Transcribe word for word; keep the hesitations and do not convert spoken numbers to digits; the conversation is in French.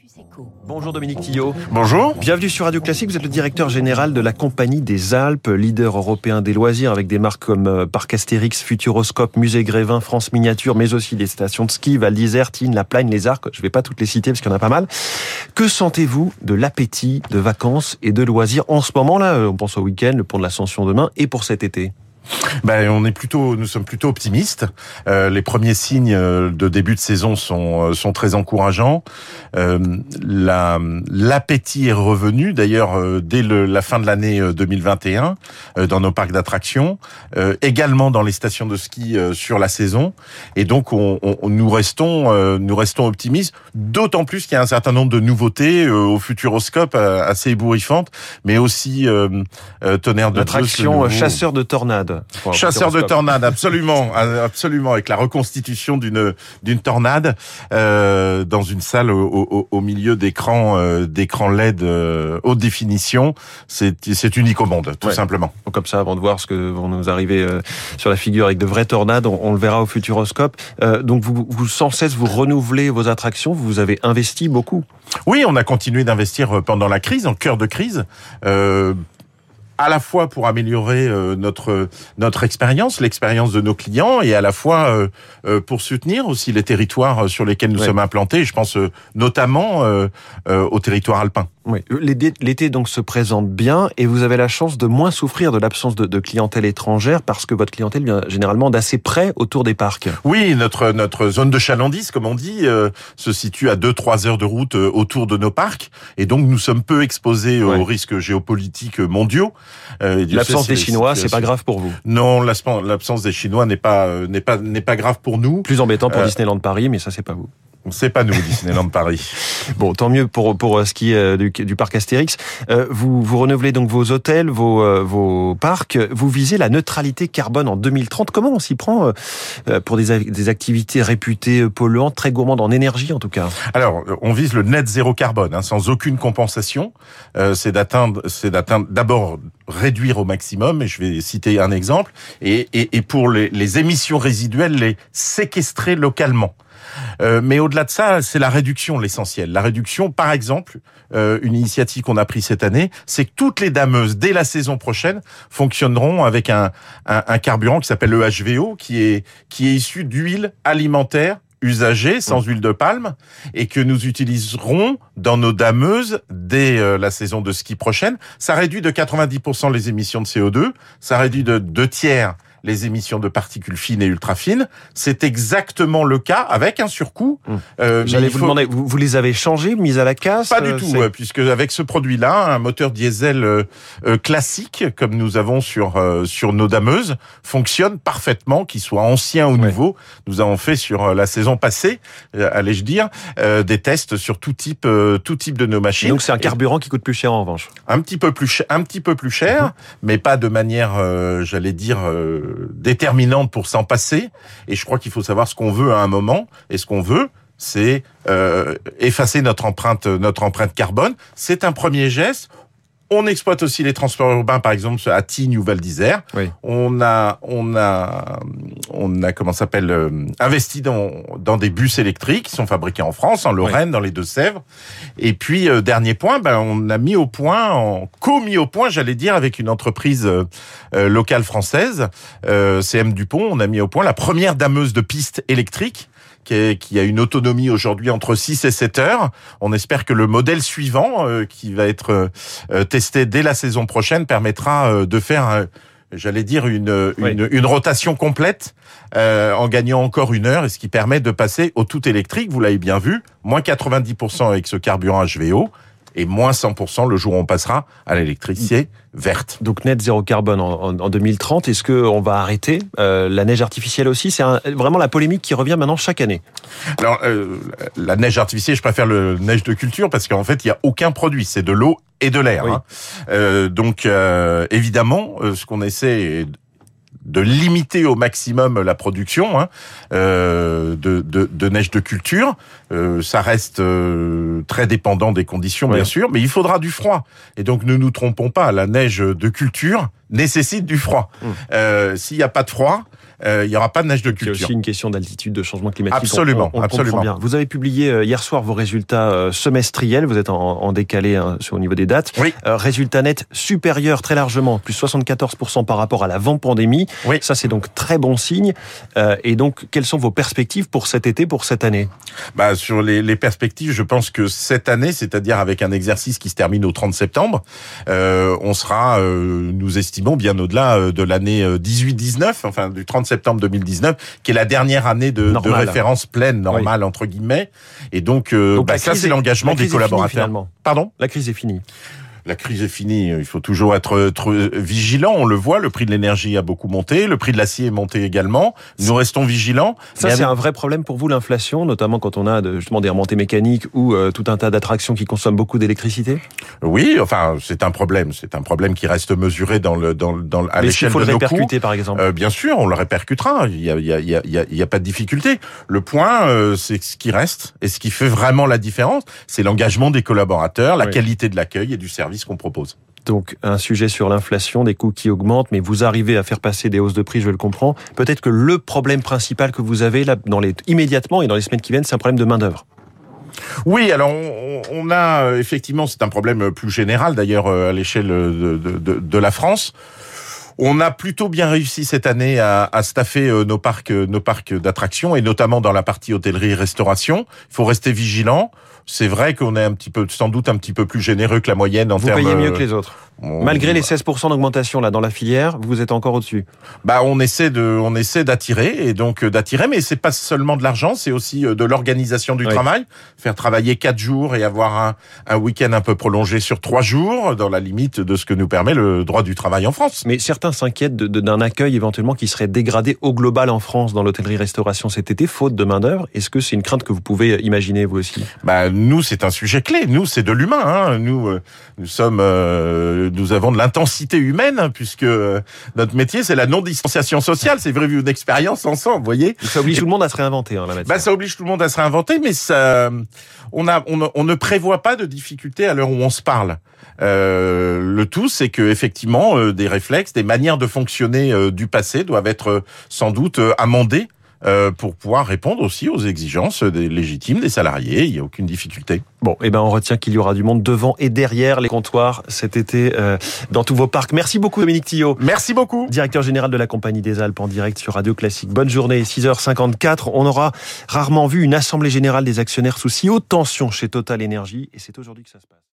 Bonjour Dominique Tillot. Bonjour. Bienvenue sur Radio Classique. Vous êtes le directeur général de la Compagnie des Alpes, leader européen des loisirs avec des marques comme Parc Astérix, Futuroscope, Musée Grévin, France Miniature, mais aussi des stations de ski, Val d'Isère, Tignes, La Plagne, les Arcs. Je ne vais pas toutes les citer parce qu'il y en a pas mal. Que sentez-vous de l'appétit de vacances et de loisirs en ce moment là? On pense au week-end, le pont de l'Ascension demain et pour cet été. Ben, on est plutôt, nous sommes plutôt optimistes. Euh, les premiers signes de début de saison sont sont très encourageants. Euh, la, l'appétit est revenu, d'ailleurs, euh, dès le, la fin de l'année deux mille vingt et un, euh, dans nos parcs d'attractions, euh, également dans les stations de ski euh, sur la saison. Et donc, on, on, nous restons, euh, nous restons optimistes. D'autant plus qu'il y a un certain nombre de nouveautés euh, au Futuroscope euh, assez ébouriffantes, mais aussi euh, euh, tonnerre de l'attraction chasseur de tornades. Wow, Chasseur de tornades, absolument, absolument, avec la reconstitution d'une d'une tornade euh, dans une salle au, au, au milieu d'écrans euh, d'écrans L E D euh, haute définition. C'est c'est unique au monde, tout ouais. simplement. Donc comme ça, avant de voir ce que vont nous arriver euh, sur la figure avec de vraies tornades, on, on le verra au Futuroscope. Euh, donc vous, vous sans cesse vous renouvelez vos attractions. Vous avez investi beaucoup. Oui, on a continué d'investir pendant la crise, en cœur de crise. Euh, à la fois pour améliorer euh, notre notre expérience, l'expérience de nos clients, et à la fois euh, euh, pour soutenir aussi les territoires sur lesquels nous ouais. sommes implantés. Je pense euh, notamment euh, euh, au territoire alpin. Oui, l'été, l'été donc se présente bien et vous avez la chance de moins souffrir de l'absence de, de clientèle étrangère parce que votre clientèle vient généralement d'assez près autour des parcs. Oui, notre notre zone de chalandise, comme on dit, euh, se situe à deux trois heures de route euh, autour de nos parcs et donc nous sommes peu exposés ouais. aux risques géopolitiques mondiaux. Euh, l'absence des Chinois, c'est pas grave pour vous? Non, l'absence des Chinois n'est pas euh, n'est pas n'est pas grave pour nous. Plus embêtant pour euh, Disneyland Paris, mais ça c'est pas vous. C'est pas nous, Disneyland Paris. Bon, tant mieux pour pour ce qui est du, du parc Astérix. Euh, vous vous renouvelez donc vos hôtels, vos euh, vos parcs. Vous visez la neutralité carbone en deux mille trente. Comment on s'y prend euh, pour des des activités réputées polluantes, très gourmandes en énergie en tout cas? Alors, on vise le net zéro carbone, hein, sans aucune compensation. Euh, c'est d'atteindre, c'est d'atteindre d'abord réduire au maximum. Et je vais citer un exemple. Et et, et pour les, les émissions résiduelles, les séquestrer localement. Euh, mais au-delà de ça, c'est la réduction l'essentiel. La réduction, par exemple, euh, une initiative qu'on a prise cette année, c'est que toutes les dameuses, dès la saison prochaine, fonctionneront avec un, un, un carburant qui s'appelle le H V O, qui est, qui est issu d'huile alimentaire usagée, sans huile de palme, et que nous utiliserons dans nos dameuses dès euh, la saison de ski prochaine. Ça réduit de quatre-vingt-dix pour cent les émissions de C O deux, ça réduit de deux tiers les émissions de particules fines et ultra fines. C'est exactement le cas avec un surcoût. Mmh. Euh, J'allais vous faut... demander, vous, vous les avez changés, mis à la casse? Pas du tout, euh, puisque avec ce produit-là, un moteur diesel euh, euh, classique, comme nous avons sur euh, sur nos dameuses, fonctionne parfaitement, qu'il soit ancien ou nouveau. Ouais. Nous avons fait sur euh, la saison passée, euh, allais-je dire, euh, des tests sur tout type euh, tout type de nos machines. Et donc c'est un carburant et qui coûte plus cher en revanche. Un petit peu plus cher, un petit peu plus cher, mmh. mais pas de manière, euh, j'allais dire. Euh, déterminante pour s'en passer, et je crois qu'il faut savoir ce qu'on veut à un moment, et ce qu'on veut, c'est euh, effacer notre empreinte, notre empreinte carbone. C'est un premier geste. On exploite aussi les transports urbains, par exemple à Tignes ou Val d'Isère. Oui. On a, on a, on a comment ça s'appelle euh, investi dans dans des bus électriques qui sont fabriqués en France, en Lorraine, oui. dans les Deux-Sèvres. Et puis euh, dernier point, ben on a mis au point, en co-mis au point, j'allais dire, avec une entreprise euh, locale française, euh, C M Dupont. On a mis au point la première dameuse de piste électrique, qui, est, qui a une autonomie aujourd'hui entre six et sept heures. On espère que le modèle suivant, euh, qui va être euh, testé dès la saison prochaine, permettra euh, de faire, euh, j'allais dire, une, oui. une, une rotation complète euh, en gagnant encore une heure, et ce qui permet de passer au tout électrique. Vous l'avez bien vu, moins quatre-vingt-dix pour cent avec ce carburant H V O, et moins cent pour cent le jour où on passera à l'électricité verte. Donc net zéro carbone en, en, en deux mille trente. Est-ce qu'on va arrêter euh, la neige artificielle aussi? C'est un, vraiment la polémique qui revient maintenant chaque année. Alors euh, la neige artificielle, je préfère le neige de culture parce qu'en fait il y a aucun produit, c'est de l'eau et de l'air. Oui. Hein. Euh, donc euh, évidemment, euh, ce qu'on essaie de limiter au maximum la production hein, euh, de, de, de neige de culture. euh, ça reste euh, très dépendant des conditions, ouais. bien sûr, mais il faudra du froid. Et donc, ne nous trompons pas, la neige de culture nécessite du froid. Mmh. Euh, s'il n'y a pas de froid, Euh, il n'y aura pas de neige de culture. C'est aussi une question d'altitude, de changement climatique. Absolument, on, on absolument. Bien. Vous avez publié euh, hier soir vos résultats euh, semestriels. Vous êtes en, en décalé hein, sur, au niveau des dates. Oui. Euh, résultat net supérieur très largement, plus soixante-quatorze pour cent par rapport à l'avant-pandémie. Oui. Ça, c'est donc très bon signe. Euh, et donc, quelles sont vos perspectives pour cet été, pour cette année ? Bah, sur les, les perspectives, je pense que cette année, c'est-à-dire avec un exercice qui se termine au trente septembre, euh, on sera, euh, nous estimons, bien au-delà de l'année dix-huit dix-neuf, enfin du trente septembre deux mille dix-neuf, qui est la dernière année de, de référence pleine, normale, oui. entre guillemets. Et donc, euh, donc bah, ça, c'est l'engagement des collaborateurs. Finie, Pardon ? La crise est finie. La crise est finie, il faut toujours être, être vigilant, on le voit, le prix de l'énergie a beaucoup monté, le prix de l'acier est monté également, nous restons vigilants. Ça, c'est avec... un vrai problème pour vous, l'inflation, notamment quand on a de, justement des remontées mécaniques ou euh, tout un tas d'attractions qui consomment beaucoup d'électricité ? Oui, enfin, c'est un problème, c'est un problème qui reste mesuré dans le, dans, dans, à Mais l'échelle de nos coûts. Il faut le répercuter, par exemple. Euh, bien sûr, on le répercutera, il y a, il y a, il y a, il y a pas de difficulté. Le point, euh, c'est ce qui reste, et ce qui fait vraiment la différence, c'est l'engagement des collaborateurs, la oui. qualité de l'accueil et du service qu'on propose. Donc, un sujet sur l'inflation, des coûts qui augmentent, mais vous arrivez à faire passer des hausses de prix, je le comprends. Peut-être que le problème principal que vous avez là, dans les, immédiatement et dans les semaines qui viennent, c'est un problème de main-d'œuvre. Oui, alors on, on a effectivement, c'est un problème plus général d'ailleurs à l'échelle de, de, de, de la France. On a plutôt bien réussi cette année à, à staffer nos parcs, nos parcs d'attractions et notamment dans la partie hôtellerie-restauration. Il faut rester vigilant. C'est vrai qu'on est un petit peu, sans doute un petit peu plus généreux que la moyenne en vous termes. Vous payez mieux que les autres. On... Malgré les seize pour cent d'augmentation là dans la filière, vous êtes encore au-dessus. Bah, on essaie de, on essaie d'attirer et donc d'attirer, mais c'est pas seulement de l'argent, c'est aussi de l'organisation du oui. travail. Faire travailler quatre jours et avoir un, un week-end un peu prolongé sur trois jours, dans la limite de ce que nous permet le droit du travail en France. Mais certains s'inquiètent de, de, d'un accueil éventuellement qui serait dégradé au global en France dans l'hôtellerie-restauration cet été, faute de main d'œuvre. Est-ce que c'est une crainte que vous pouvez imaginer vous aussi ? Bah, nous, c'est un sujet clé. Nous, c'est de l'humain. Hein. Nous, euh, nous sommes, euh, nous avons de l'intensité humaine, puisque euh, notre métier, c'est la non-distanciation sociale. C'est vrai, une expérience ensemble, vous voyez. Ça oblige Et, tout le monde à se réinventer, hein, la matière. Bah, ça oblige tout le monde à se réinventer, mais ça, on a, on, on ne prévoit pas de difficultés à l'heure où on se parle. Euh, le tout, c'est que effectivement, euh, des réflexes, des manières de fonctionner euh, du passé doivent être euh, sans doute euh, amendées. Euh, pour pouvoir répondre aussi aux exigences des légitimes des salariés. Il n'y a aucune difficulté. Bon, eh ben on retient qu'il y aura du monde devant et derrière les comptoirs cet été euh, dans tous vos parcs. Merci beaucoup Dominique Tillot. Merci beaucoup. Directeur général de la Compagnie des Alpes en direct sur Radio Classique. Bonne journée, six heures cinquante-quatre. On aura rarement vu une assemblée générale des actionnaires sous si haute tension chez Total Énergie et c'est aujourd'hui que ça se passe.